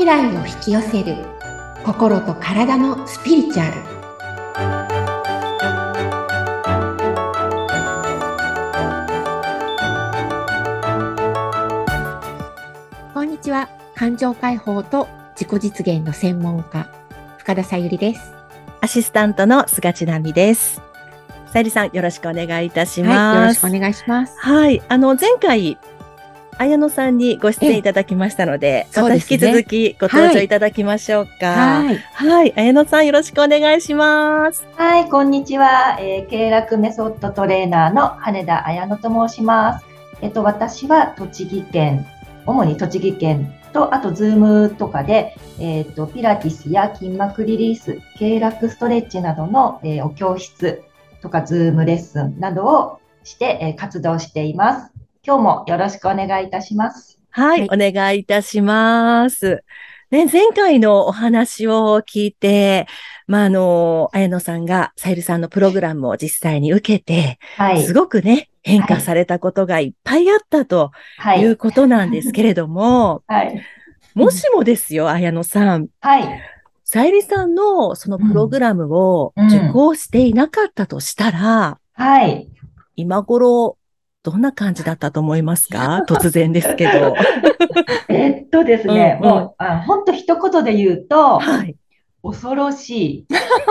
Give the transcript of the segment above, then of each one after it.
未来を引き寄せる心と体のスピリチュアル。こんにちは。感情解放と自己実現の専門家、深田さゆりです。 アシスタントの菅千奈美です。さゆりさん、よろしくお願いいたします。 はい、よろしくお願いします。 はい、前回綾野さんにご出演いただきましたので、また引き続きご登場いただきましょうか。 はい、 はい、綾野さん、よろしくお願いします。 はい、こんにちは。経絡メソッドトレーナーの羽田綾乃と申します。私は主に栃木県と、あとズームとかで、ピラティスや筋膜リリース、経絡ストレッチなどの、お教室とかズームレッスンなどをして、活動しています。今日もよろしくお願いいたします。 はい、お願いいたします。ね、前回のお話を聞いて、綾野さんがさゆりさんのプログラムを実際に受けて、はい、すごくね、変化されたことがいっぱいあったということなんですけれども、 はい、 もしもですよ、綾野さん。 はい。 さゆりさんのそのプログラムを受講していなかったとしたら、 はい。 今頃、どんな感じだったと思いますか？突然ですけど。 ですね、もう、本当一言で言うと、 はい、 恐ろしい。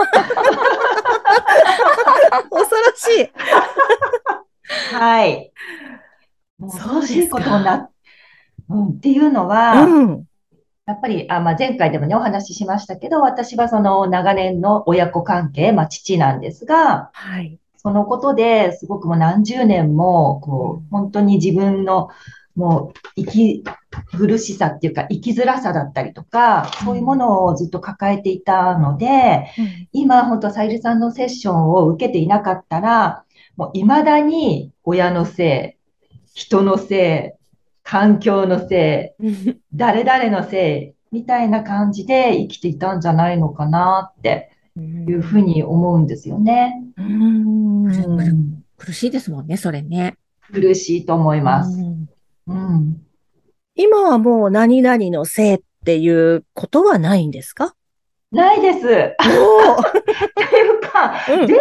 恐ろしい。 はい。恐ろしいことになっ、っていうのは、やっぱり、前回でもね、お話ししましたけど、私はその長年の親子関係、父なんですが、 はい、 そのことですごくもう何十年も、本当に自分の、もう、息苦しさっていうか、生きづらさだったりとか、そういうものをずっと抱えていたので、今、本当さゆりさんのセッションを受けていなかったら、もう未だに親のせい、人のせい、環境のせい、誰々のせい、みたいな感じで生きていたんじゃないのかなっていうふうに思うんですよね。 苦しいですもんね、それね。 苦しいと思います。 今はもう何々のせいっていうことはないんですか？ ないです。っていうか、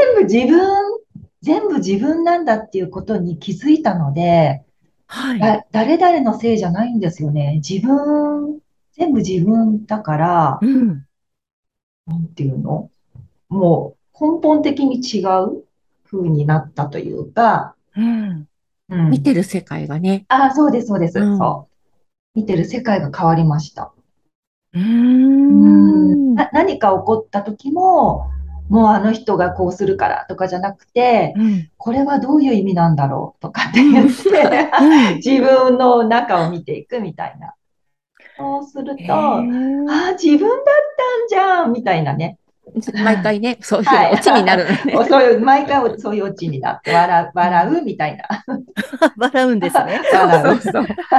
全部自分なんだっていうことに気づいたので、はい、誰々のせいじゃないんですよね。全部自分だから、なんていうの？もう根本的に違う風になったというか、 見てる世界がね。 そうです、そうです。そう。見てる世界が変わりました。何か起こった時も、もうあの人がこうするからとかじゃなくて、これはどういう意味なんだろうとかって言って、自分の中を見ていくみたいな。そうすると、自分だったんじゃんみたいなね。 毎回ね、そういうオチになる、 毎回そういうオチになって笑うみたいな。 笑うんですね。 笑う。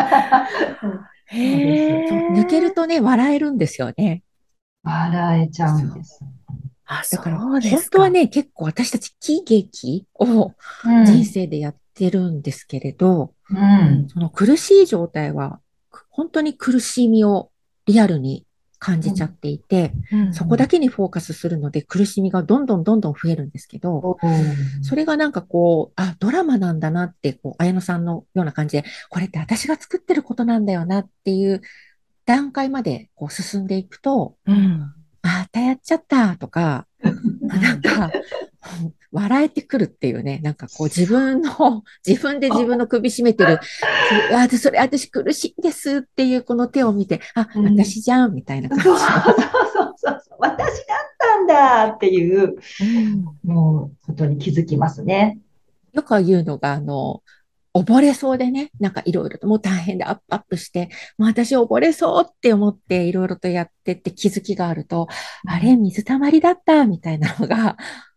抜けるとね、笑えるんですよね。 笑えちゃうんです。 だから、本当はね、結構私たち喜劇を人生でやってるんですけれど、その苦しい状態は、本当に苦しみをリアルに感じちゃっていて、そこだけにフォーカスするので苦しみがどんどん増えるんですけど、それがなんかこう、ドラマなんだなって、綾野さんのような感じで、これって私が作ってることなんだよなっていう段階まで進んでいくと、またやっちゃったとか、なんか、笑えてくるっていうね、なんか自分で自分の首絞めてる、それ私苦しいですっていうこの手を見て、私じゃんみたいな感じの。 そう、私だったんだっていう、もう、ことに気づきますね。 よく言うのが、溺れそうでね、なんかいろいろともう大変でアップして、もう私溺れそうって思っていろいろとやってって気づきがあると、あれ、水たまりだったみたいなのが、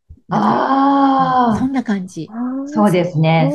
そんな感じ。 そうですね。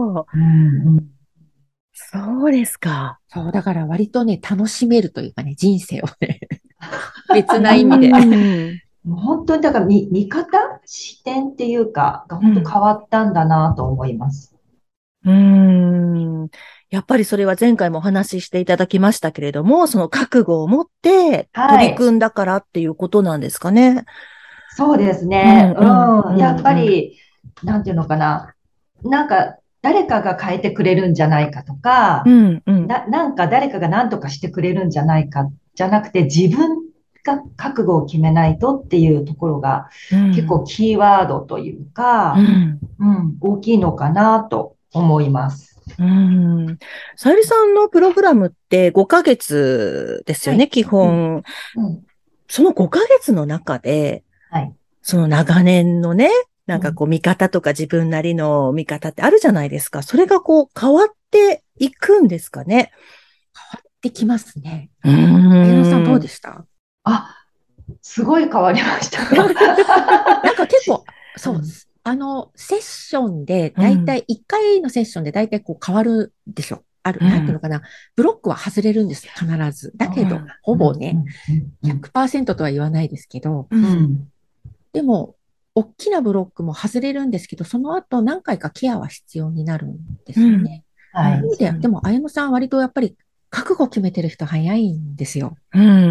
そうですか。 そう、だから割とね、楽しめるというかね、人生をね、別な意味で。 本当に、だから見方、視点っていうか、が本当変わったんだなと思います。 やっぱりそれは前回もお話ししていただきましたけれども、その覚悟を持って取り組んだからっていうことなんですかね。 そうですね。やっぱり、なんていうのかな。なんか、誰かが変えてくれるんじゃないかとか、なんか誰かが何とかしてくれるんじゃないか、じゃなくて自分が覚悟を決めないとっていうところが、結構キーワードというか、大きいのかなと思います。 さゆりさんのプログラムって5ヶ月ですよね、基本。その5ヶ月の中で、その長年のね、なんかこう見方とか自分なりの見方ってあるじゃないですか。それがこう変わっていくんですかね。 変わってきますね。綾野さんどうでした？ すごい変わりました。 なんか結構、そうです。セッションで、だいたい1回のセッションでだいたいこう変わるでしょ。なんていうのかな。ブロックは外れるんです。必ず。だけど、ほぼね、100% とは言わないですけど、でも、大きなブロックも外れるんですけど、その後何回かケアは必要になるんですよね。でも、綾野さん割とやっぱり覚悟決めてる人早いんですよ。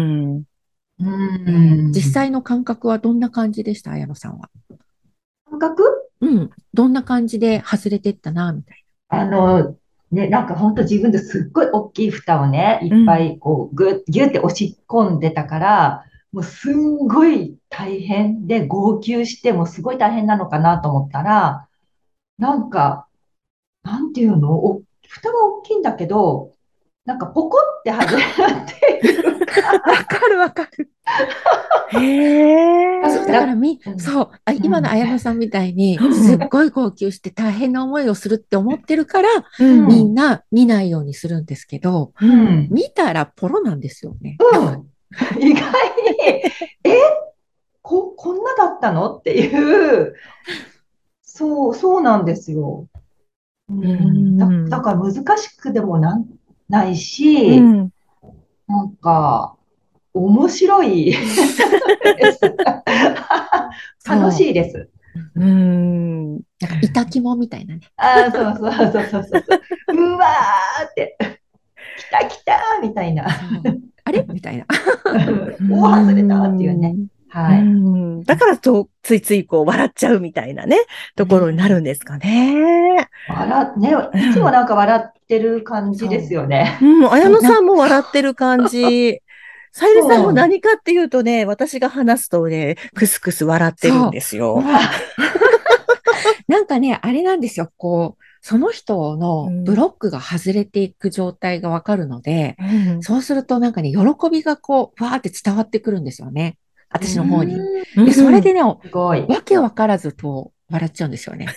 実際の感覚はどんな感じでした？綾野さんは。 感覚？ どんな感じで外れてったな、みたいな。なんか本当自分ですっごい大きい蓋をね、いっぱいこうギュって押し込んでたから、もうすんごい大変で号泣してもすごい大変なのかなと思ったら、なんか、なんていうの？蓋は大きいんだけど、なんかポコって外れるっていうか。 わかるわかる。そう、だからそう、今の綾野さんみたいに、すっごい号泣して大変な思いをするって思ってるから、みんな見ないようにするんですけど、見たらポロなんですよね。 意外に、こんなだったのっていう、そうなんですよ。だから難しくでもないし、なんか、面白い楽しいです。 なんか、いたきもみたいなね。 うわーって、来た来たみたいな。 あれみたいな。 外れたっていうね。 だからついついこう笑っちゃうみたいなね、ところになるんですかね。 いつもなんか笑ってる感じですよね。 綾野さんも笑ってる感じ。さゆりさんも何かっていうとね、私が話すとね、クスクス笑ってるんですよ。 なんかね、あれなんですよ。その人のブロックが外れていく状態がわかるので、そうするとなんかね、喜びがわーって伝わってくるんですよね。私の方に。で、それでね、わけわからず笑っちゃうんですよね。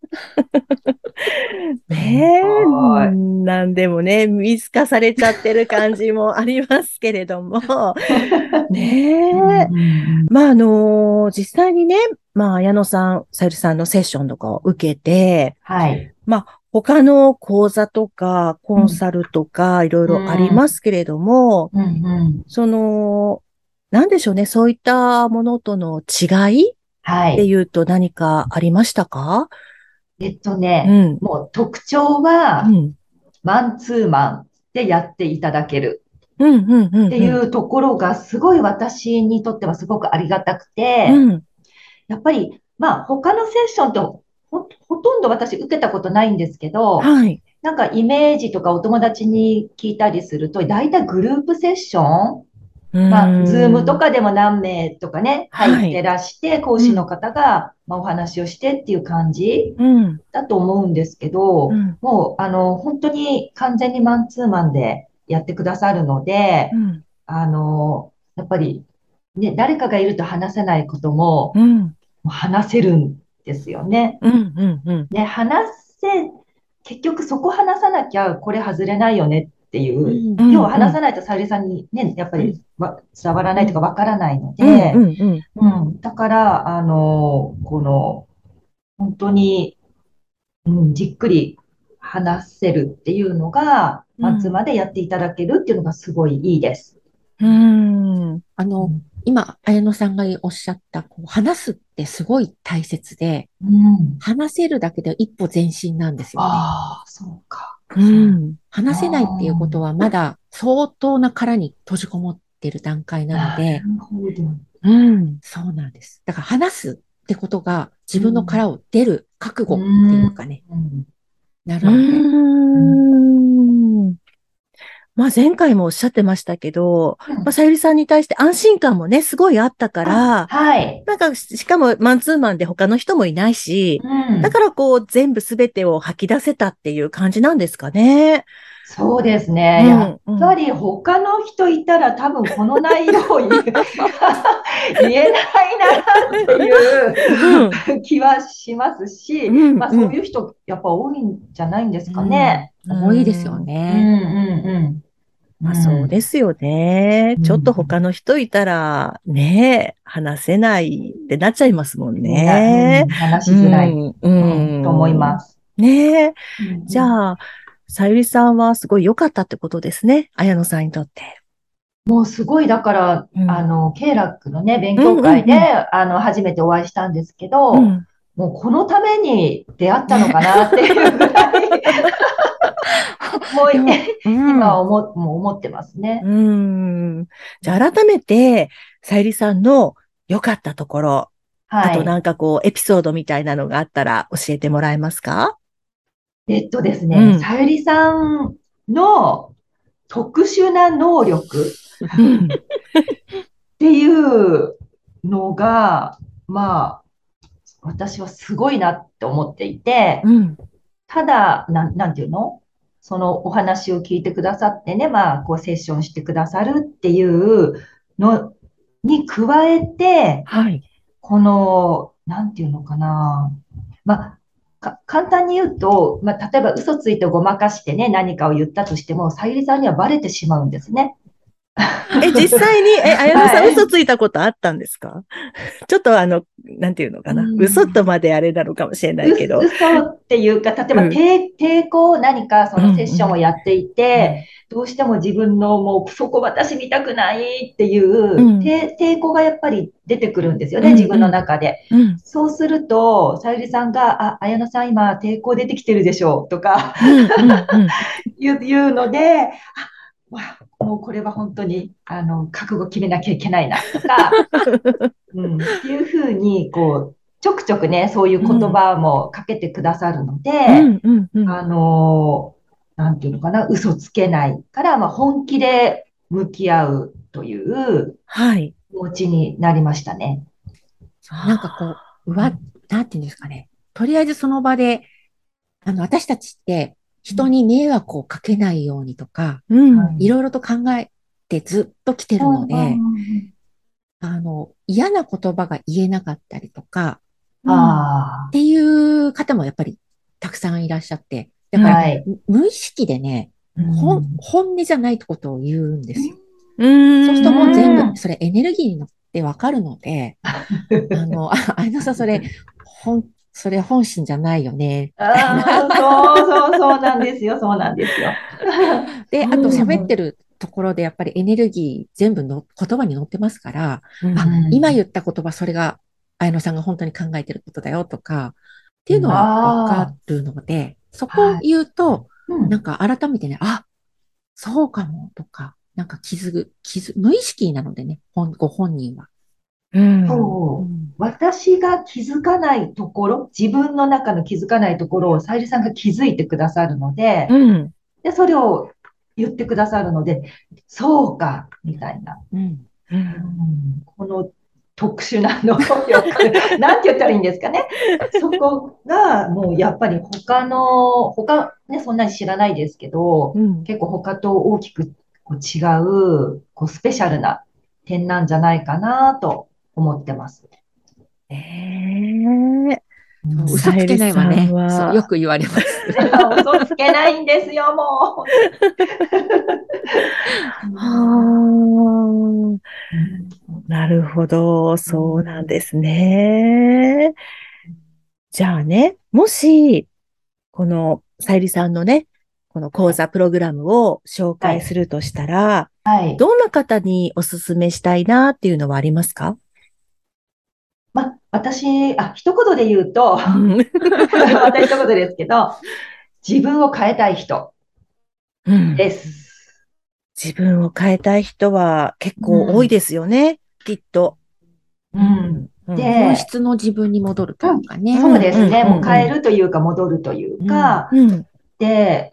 なんでもね、見透かされちゃってる感じもありますけれども。実際にね、綾野さん、さゆりさんのセッションとかを受けて、他の講座とか、コンサルとか、いろいろありますけれども、なんでしょうね、そういったものとの違いっていうと何かありましたか？ もう特徴は、マンツーマンでやっていただけるっていうところがすごい私にとってはすごくありがたくて、やっぱり、他のセッションってほとんど私受けたことないんですけど、なんかイメージとかお友達に聞いたりすると、だいたいグループセッション、ズームとかでも何名とかね、入ってらして、講師の方が、お話をしてっていう感じだと思うんですけど、もう、本当に完全にマンツーマンでやってくださるので、やっぱり、ね、誰かがいると話せないことも、話せるんですよね。で、結局そこ話さなきゃこれ外れないよねっていう、要は話さないとさゆりさんにね、やっぱり伝わらないとかわからないので、だから、本当に、じっくり話せるっていうのが、末までやっていただけるっていうのがすごいいいです。 今、綾野さんがおっしゃった、話すってすごい大切で、話せるだけで一歩前進なんですよね。 そうか。 うん。 話せないっていうことはまだ相当な殻に閉じこもってる段階なのなで、 るほど。 うん。 そうなんです。だから話すってことが自分のうん。 殻を出る覚う悟っていうかね、 ん。 なうるので。 うん。 ーん。まあ前回もおっしゃってましたけど、まあさゆりさんに対して安心感もね、すごいあったかあ、 ら、 はい。 なんかしかもマンツーマンで他の人もいないし、 うだん。 からこう全部すべてを吐き出せたっていう感じなんですかね。 そうですうね。やっん、うん。 ぱり他の人いたら多分この内容を言えないなってうん、 いう気はしますし、 うん、 まあうん。 そういう人やっぱ多いんじゃないんですうかね。 ん。 う多いですよん。 うんね。 うんうん。 まあそうでうん。 すよね。 うちょっとん。 他の人いたら、ね、話せないってなっちゃいますもんね。う話しづらい、 ん、ううん、と思いん。 ます。 ね。 うんうん。 じゃあ、さゆりさんはすごい良かったってことですね。綾野さんにとって。 もうすごい、だから、 うん。 経絡のね、勉うん、うん、 強会で、 うん。 初めてお会いしたんですけど、 うん。 もうこのために出会ったのね。 かなっていうぐらいもう、 でも、うん。 今はもう思ってますね。 うん。じゃあ、改めて、さゆりさんの良かったところ、あとなはい。 んかこう、エピソードみたいなのがあったら教えてもらえますか？ ですね、 うん。 さゆりさんの特殊な能力うん。 っていうのが、まあ、私はすごいなって思っていて、 うん。 ただ、なんていうのそのお話を聞いてくださってね、まあ、こうセッションしてくださるっていうのに加えて、 はい。 この、なんていうのかな。まあ、簡単に言うと、まあ、例えば嘘ついてごまかしてね、何かを言ったとしても、さゆりさんにはバレてしまうんですね。 実際に、綾野さん嘘はい。 ついたことあったんですか？ちょっとなんていうのかうな。嘘とん。 まであれなのかもしれないけど。 嘘っていうか、例えばうん。 抵抗何かそうん、 のセッションをうん。 やっていて、 うん。 どうしても自分のもうそこ私見たくないっていううん。 抵抗がやっぱり出てくるんですよね、自うん、 分のうん。 中で。 うん。 そうすると、さゆりさんが、あ、綾乃さん今抵抗出てきてるでしょうとかうん、うん、うん。 言うので、あ、もうこれは本当に、覚悟決めなきゃいけないなとか、っていうふうに、こう、ちょくちょくね、そういう言うん、 葉もかけてくださるので、 うん、うん、うん。 なんていうのかな、嘘つけないから、まあ、本気で向き合うというはい。 気持ちになりましたね。 そう、なんかこう、 うんなんていうんですかね。とりあえずその場で、私たちって人うんに迷惑をかけないようにとか、 うん。 いろいろと考えてずっと来てるので、嫌な言葉が言えなかったりとか、 うん。 っていう方もやっぱりたくさんいらっしゃって、だからうん。 はい。 無意識でね、本音じゃないことを言うんですよ。 うそうするともう全部、 ん。 それエネルギーに乗ってわかるので、あのさ、それ本心じゃないよね、みたいな。 そうなんですよ、そうなんですよ。 で、あとうん。 喋ってるところでやっぱりエネルギー全部の言葉に乗ってますから、 うあ、 ん。 今言った言葉、それが綾野さんが本当に考えてることだよとか、っていうのはわかあるので、そあ、 こをはい。 言うと、なんうん。 か改めてね、あ、そうかもとか、なんか無意識なのでね、ご本人は。 うん。 うそう。 ん、 私が気づかないところ、自分の中の気づかないところをさゆりさんが気づいてくださるので、 うん。 で、それを言ってくださるので、そうか、みたいな。 うん、 この特殊な能力、なんて言ったらいいんですかね。そこが、もうやっぱり他ね、そんなに知らないですけど、 うん。 結構他と大きくこう違う、こうスペシャルな点なんじゃないかなと思ってます。 ええ。 そう、嘘つけさゆりさんないわね。そう、よは、 く言われます。 嘘つけないんですよ、もう。うはんあ、 うんなるほど。 うそうなんでんすね。じゃあね、もし、このさゆりさんのね、このはい。 講座プログラムを紹介すはい。 るとしたら、 はい。 どんな方にお勧めしたいなっていうのはありますか？ 一言で言うと、 うん。 また一言ですけど、自分を変えたい人。 です。 自分を変えたい人は結構多いですよね、きっと。 本質の自分に戻るというかね。 そうですね。もう変えるというか戻るというか、で、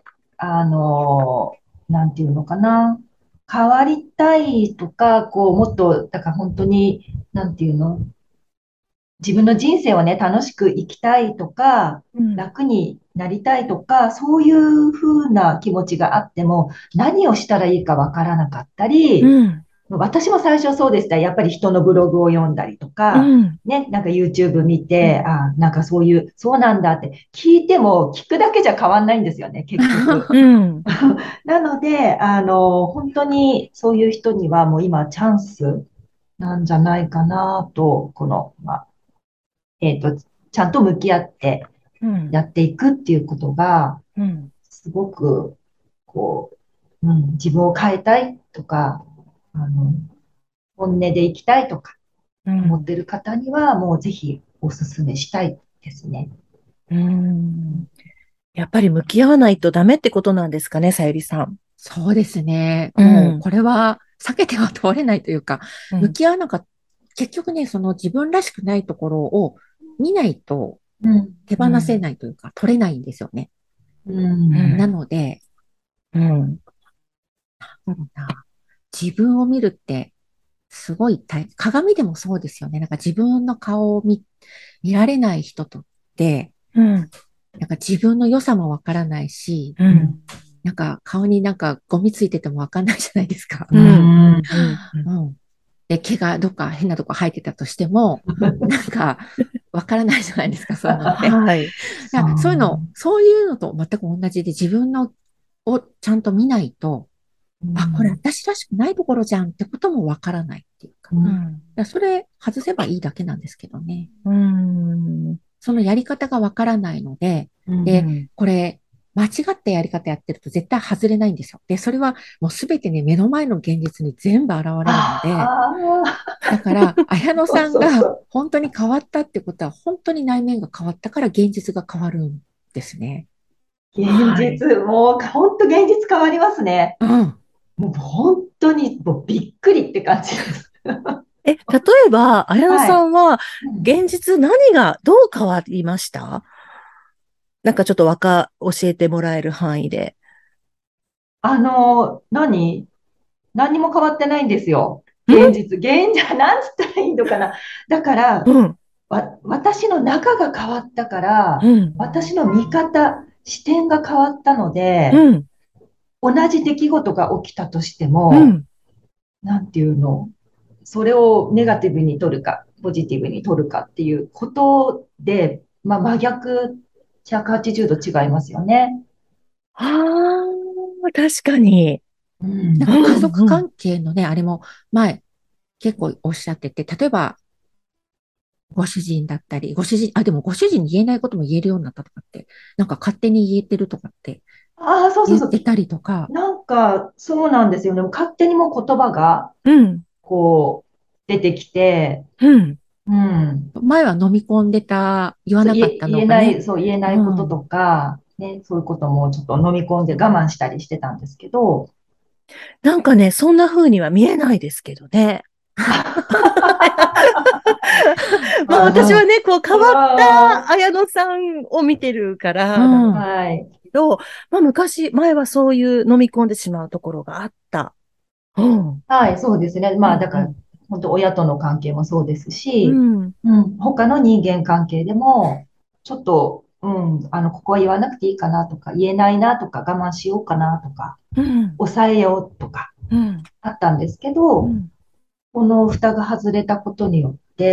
なんていうのかな。変わりたいとか、もっと、だから本当に、なんていうの、自分の人生をね、楽しく生きたいとか、楽になりたいとか、そういう風な気持ちがあっても、何をしたらいいかわからなかったり、私も最初そうでした。やっぱり人のブログを読んだりとか、ね、なんか YouTube 見て、なんかそういう、そうなんだって聞いても、聞くだけじゃ変わんないんですよね、結局。なので、本当にそういう人にはもう今チャンスなんじゃないかなと、ちゃんと向き合ってやっていくっていうことが、すごく、自分を変えたいとか、本音で生きたいとか、思ってる方には、もうぜひお勧めしたいですね。 やっぱり向き合わないとダメってことなんですかね、さゆりさん。 そうですね。もうこれは避けては通れないというか、向き合わなかった。結局ね、その自分らしくないところを見ないと手放せないというか、取れないんですよね。なので、自分を見るってすごい鏡でもそうですよね。なんか自分の顔を見られない人とって、なんか自分の良さもわからないし、なんか顔になんかゴミついててもわかんないじゃないですか。で、毛がどっか変なとこ生えてたとしても、なんかわからないじゃないですか、そういうのって。そういうのと全く同じで自分のをちゃんと見ないと、これ私らしくないところじゃんってこともわからないっていうか。それ外せばいいだけなんですけどね。そのやり方がわからないので、で、これ、間違ったやり方やってると絶対外れないんですよ。で、それはもうすべてね、目の前の現実に全部現れるので、だから、綾野さんが本当に変わったってことは、本当に内面が変わったから現実が変わるんですね。 現実、もう本当現実変わりますね。もう本当にもうびっくりって感じです。 例えば、綾野さんは、現実何がどう変わりました？なんかちょっと教えてもらえる範囲で。 何も変わってないんですよ。現実、なんつったらいいのかな。だから、私の中が変わったから、私の見方、視点が変わったので、同じ出来事が起きたとしても、なんていうの、それをネガティブに取るか、ポジティブに取るかっていうことで、真逆、180度違いますよね。 確かに。 なんか家族関係のね、あれも前結構おっしゃってて、例えばご主人だったり、でもご主人に言えないことも言えるようになったとかって、なんか勝手に言えてるとかって言ってたりとか。 なんか、そうなんですよね。勝手にも言葉が、出てきて、 前は飲み込んでた、言わなかったのがね。 言えないこととか、ね、そういうこともちょっと飲み込んで我慢したりしてたんですけど。 なんかね、そんな風には見えないですけどね。私はね、変わった綾野さんを見てるから、前はそういう飲み込んでしまうところがあった。 はい、そうですね。だから、本当親との関係もそうですし、他の人間関係でも、ちょっと、ここは言わなくていいかなとか、言えないなとか、我慢しようかなとか、抑えようとか、あったんですけど、この蓋が外れたことによって、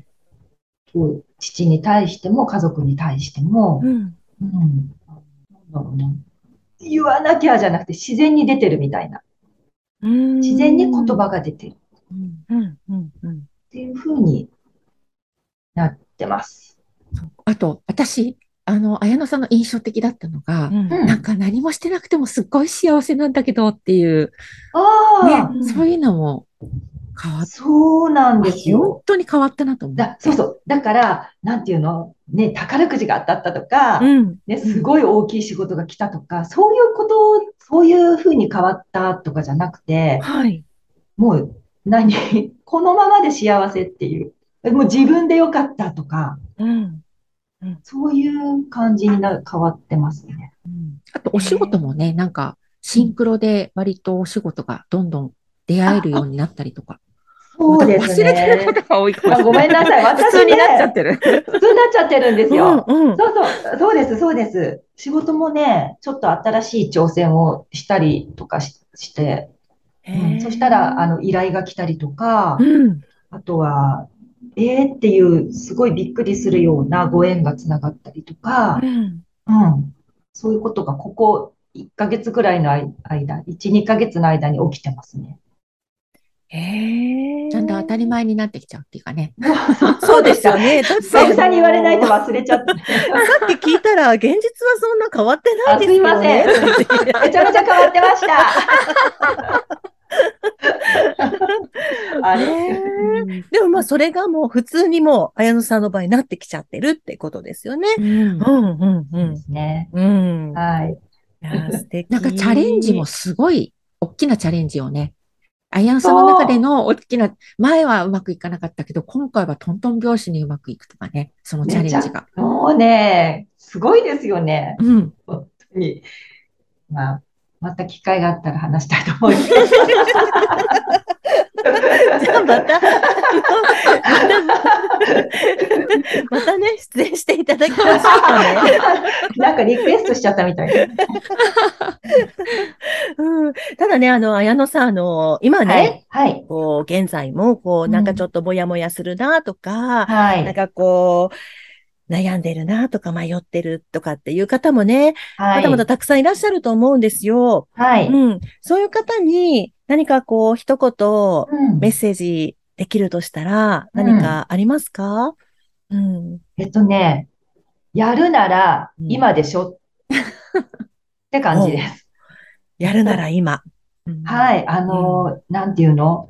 父に対しても家族に対しても、なんだろうな、言わなきゃじゃなくて自然に出てるみたいな。自然に言葉が出てる。っていう風になってます。 あと、私、綾野さんの印象的だったのが、なんか何もしてなくてもすっごい幸せなんだけどっていう、ね、そういうのも変わっそうなんですよ。 本当に変わったなと思って。 そうそう。だから、なんていうのね、宝くじが当たったとか、ね、すごい大きい仕事が来たとか、そういうこと、そういうふうに変わったとかじゃなくて、 はい。 もう、このままで幸せっていう。もう自分でよかったとか、そういう感じに変わってますね。 あと、お仕事もね、なんか、シンクロで割とお仕事がどんどん出会えるようになったりとか。 そうです忘れてるこね。 とが多いかもしれない。 ごめんなさい。私普通になっちゃっね、 てる。 普通になっちゃってるんですよ。 うんうん。 そうそう、そうです、そうです。仕事もね、ちょっと新しい挑戦をしたりとかして、そしたら、依頼が来たりとか、あとは、っていう、すごいびっくりするようなご縁がつながったりとか、そういうことがここ1ヶ月ぐらいの間、1、2ヶ月の間に起きてますね。 ちゃんと当たり前になってきちゃうっていうかね。 そうですよね。だって久々に言われないと忘れちゃって。さっき聞いたら、現実はそんな変わってないですよね。 すいません。めちゃめちゃ変わってました。あれ、 でもまあそれがもう普通にもう綾野さんの場合になってきちゃってるってことですよね。 そうですね。はい。 いや素敵。 なんかチャレンジもすごい大きなチャレンジをね、綾野さんの中でそう。 の大きな、前はうまくいかなかったけど、今回はトントン拍子にうまくいくとかね、そのチャレンジが。 もうね、すごいですよね。 うん。 本当に。まあ、また機会があったら話したいと思います。 じゃあまた、またね、出演していただきましょうかね。 なんかリクエストしちゃったみたいな。 ただね、綾野さん、今ね、 はい。 こう、現在も、こう、なんかちょっともやもやするなとか、なんはい。 かこう、悩んでるなとか迷ってるとかっていう方もね、まだまだはい。 たくさんいらっしゃると思うんですよ。 はい。 そういう方に何かこう、一言メッうん。 セージできるとしたらうん。 何かありますか？うん。 ね、やるならうん。 今でしょって感じおう。 です。 やるなら今。 はい。 うん。 なんていうの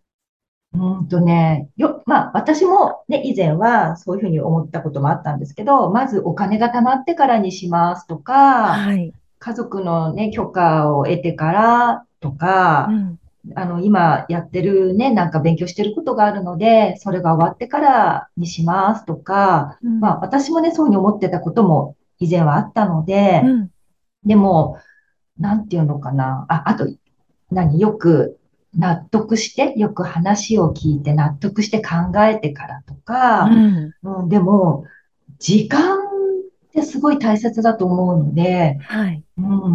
まあ、私もね、以前はそういうふうに思ったこともあったんですけど、まずお金が貯まってからにしますとか、 はい。 家族のね、許可を得てからとか、 うん。 今やってるね、なんか勉強してることがあるので、それが終わってからにしますとか、まあ、 うん。 私もね、そういうふうに思ってたことも以前はあったので、 うん。 でも、なんていうのかな。あと、よく納得して、よく話を聞いて納得して考えてからとうか、 ん。 でも、時間ってすごい大切だと思うので、 はい。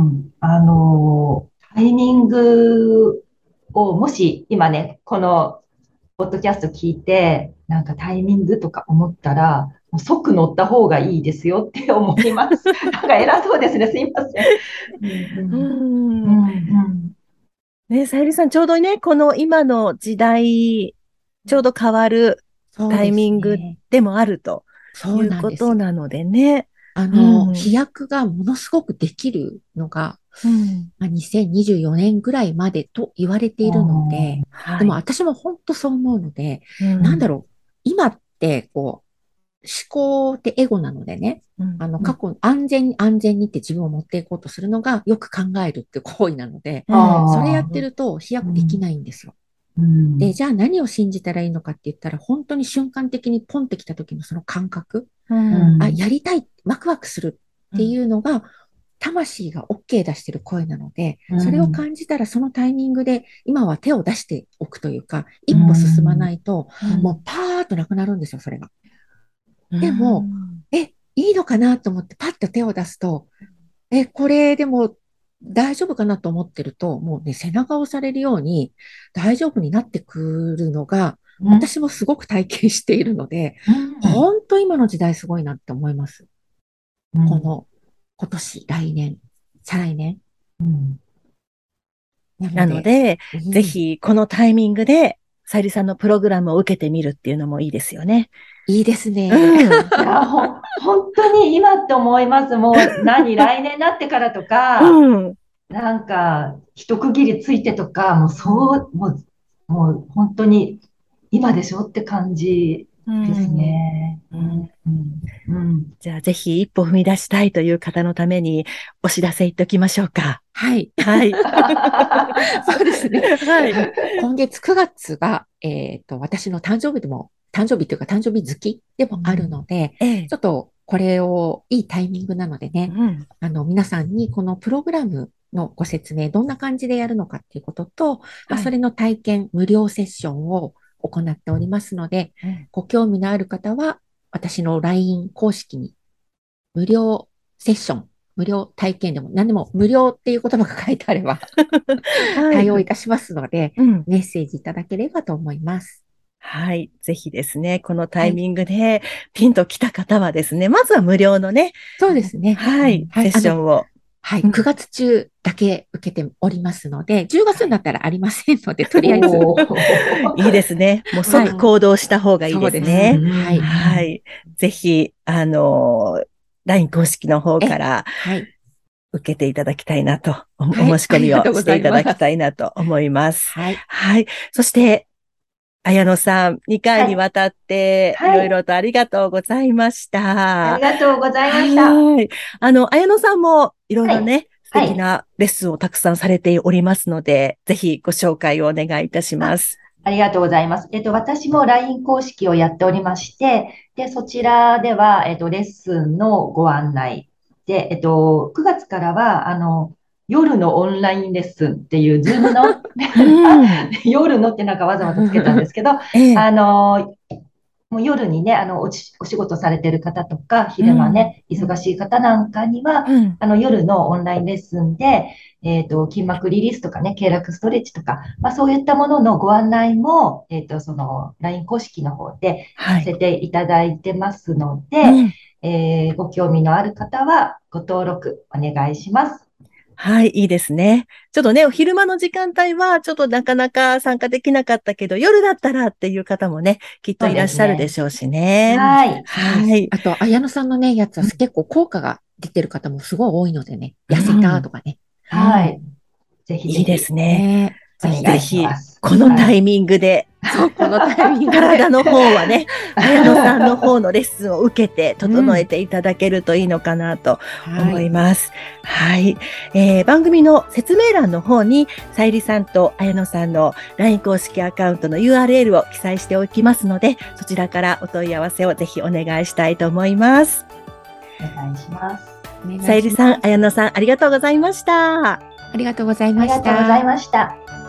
タイミングを、もし今ね、このポッドキャスト聞いて、なんかタイミングとか思ったら、もう即乗った方がいいですよって思います。なんか偉そうですね。すいません。 ううんん。 うん。 ね、さゆりさん、ちょうどね、この今の時代、ちょうど変わるタイそうでミングすね。 でもあるとそういうなんですよ。 ことなのでね。 飛躍がものすごくできるのが、 うん。 まあ、2024年ぐらいまでと言われているので、でもはい。 私も本当そう思うので、 うん。 なんだろう、今ってこう、思考ってエゴなのでね、 うん。 過去、安全に安全にって自分を持っていこうとするのがよく考えるって行為なので、 うん。 それやってると飛躍できうん、 ないんですよ。 うん、 で、じゃあ何を信じたらいいのかって言ったら、本当に瞬間的にポンってきた時のその感覚、 ううん。 あ、 ん、 やりたい、ワクワクするっていうん。 うのが、魂が OK 出してる声なので、 うそれをん、 感じたらそのタイミングで今は手を出しておくというか、 う一歩進まん、 ないと、もううん、 パーッとなくなるんですよ、それが。 うでも、 ん。 いいのかなと思ってパッと手を出すと、これでも大丈夫かなと思ってると、もうね、背中を押されるように大丈夫になってくるのが、 うん、 私もすごく体験しているので、 うん、 本当今の時代すごいなって思います。 うん、 この今年、来年、再来年。 うん。 なのなので、 で、ぜうん、 ひこのタイミングで、さゆりさんのプログラムを受けてみるっていうのもいいですよね。 いいですね。 うん。 いや、本当に今って思います。もう来年になってからとか、 うん。 なんか、一区切りついてとか、 うん、 もうもう本当に今でしょって感じですね。 じゃあぜひ一歩踏み出したいという方のためにお知らせ言っておきましょうか。 はい。 はい。 そうですね。 はい。 今月9月が、私の誕生日というか誕生日月でもあるので、ちょっとこれをいいタイミングなのでね、皆さんにこのプログラムのご説明、どんな感じでやるのかっていうことと、それの体験、無料セッションを行っておりますので、ご興味のある方は、私の LINE 公式に無料セッション、無料体験でも何でも無料っていう言葉が書いてあれば対応いたしますので、メッセージいただければと思います。 はい。ぜひですね、このタイミングでピンと来た方はですね、まずは無料のね。 そうですね。 はい。セッションを。 はい。9月中だけ受けておりますので、10月になったらありませんので、とりあえず。 いいですね。もう即行動した方がいいですね。 はい。 はい。ぜひ、LINE 公式の方から、受けていただきたいなと、お申し込みをしていただきたいなと思います。 はい。 はい。そして、綾野さん、2回にわたって、いろいろとありがとうございました。 ありがとうございました。 はい。綾野さんも、いろいろね、素敵なレッスンをたくさんされておりますので、ぜひご紹介をお願いいたします。 ありがとうございます。私も LINE 公式をやっておりまして、で、そちらでは、レッスンのご案内で、9月からは、夜のオンラインレッスンっていう、ズームの、夜のってなんかわざわざつけたんですけど、もう夜にね、お仕事されてる方とか、昼間ね、忙しい方なんかには、夜のオンラインレッスンで、筋膜リリースとかね、経絡ストレッチとか、そういったもののご案内も、その LINE 公式の方でさせていただいてますので、ご興味のある方はご登録お願いします。 はい、いいですね。ちょっとね、昼間の時間帯は、ちょっとなかなか参加できなかったけど、夜だったらっていう方もね、きっといらっしゃるでしょうしね。 はい。 はい。 あと、綾野さんのね、やつは結構効果が出てる方もすごい多いのでね、痩せたとかね。 はい。ぜひぜひ。 いいですね。ぜひ、このタイミングで、 そう、このタイミングで。 体の方はね、綾野さんの方のレッスンを受けて、整えていただけるといいのかなと思います。はい。番組の説明欄の方に、さゆりさんと綾野さんの LINE 公式アカウントの URL を記載しておきますので、そちらからお問い合わせをぜひお願いしたいと思います。 お願いします。 さゆりさん、綾野さん、ありがとうございました。 ありがとうございました。 ありがとうございました。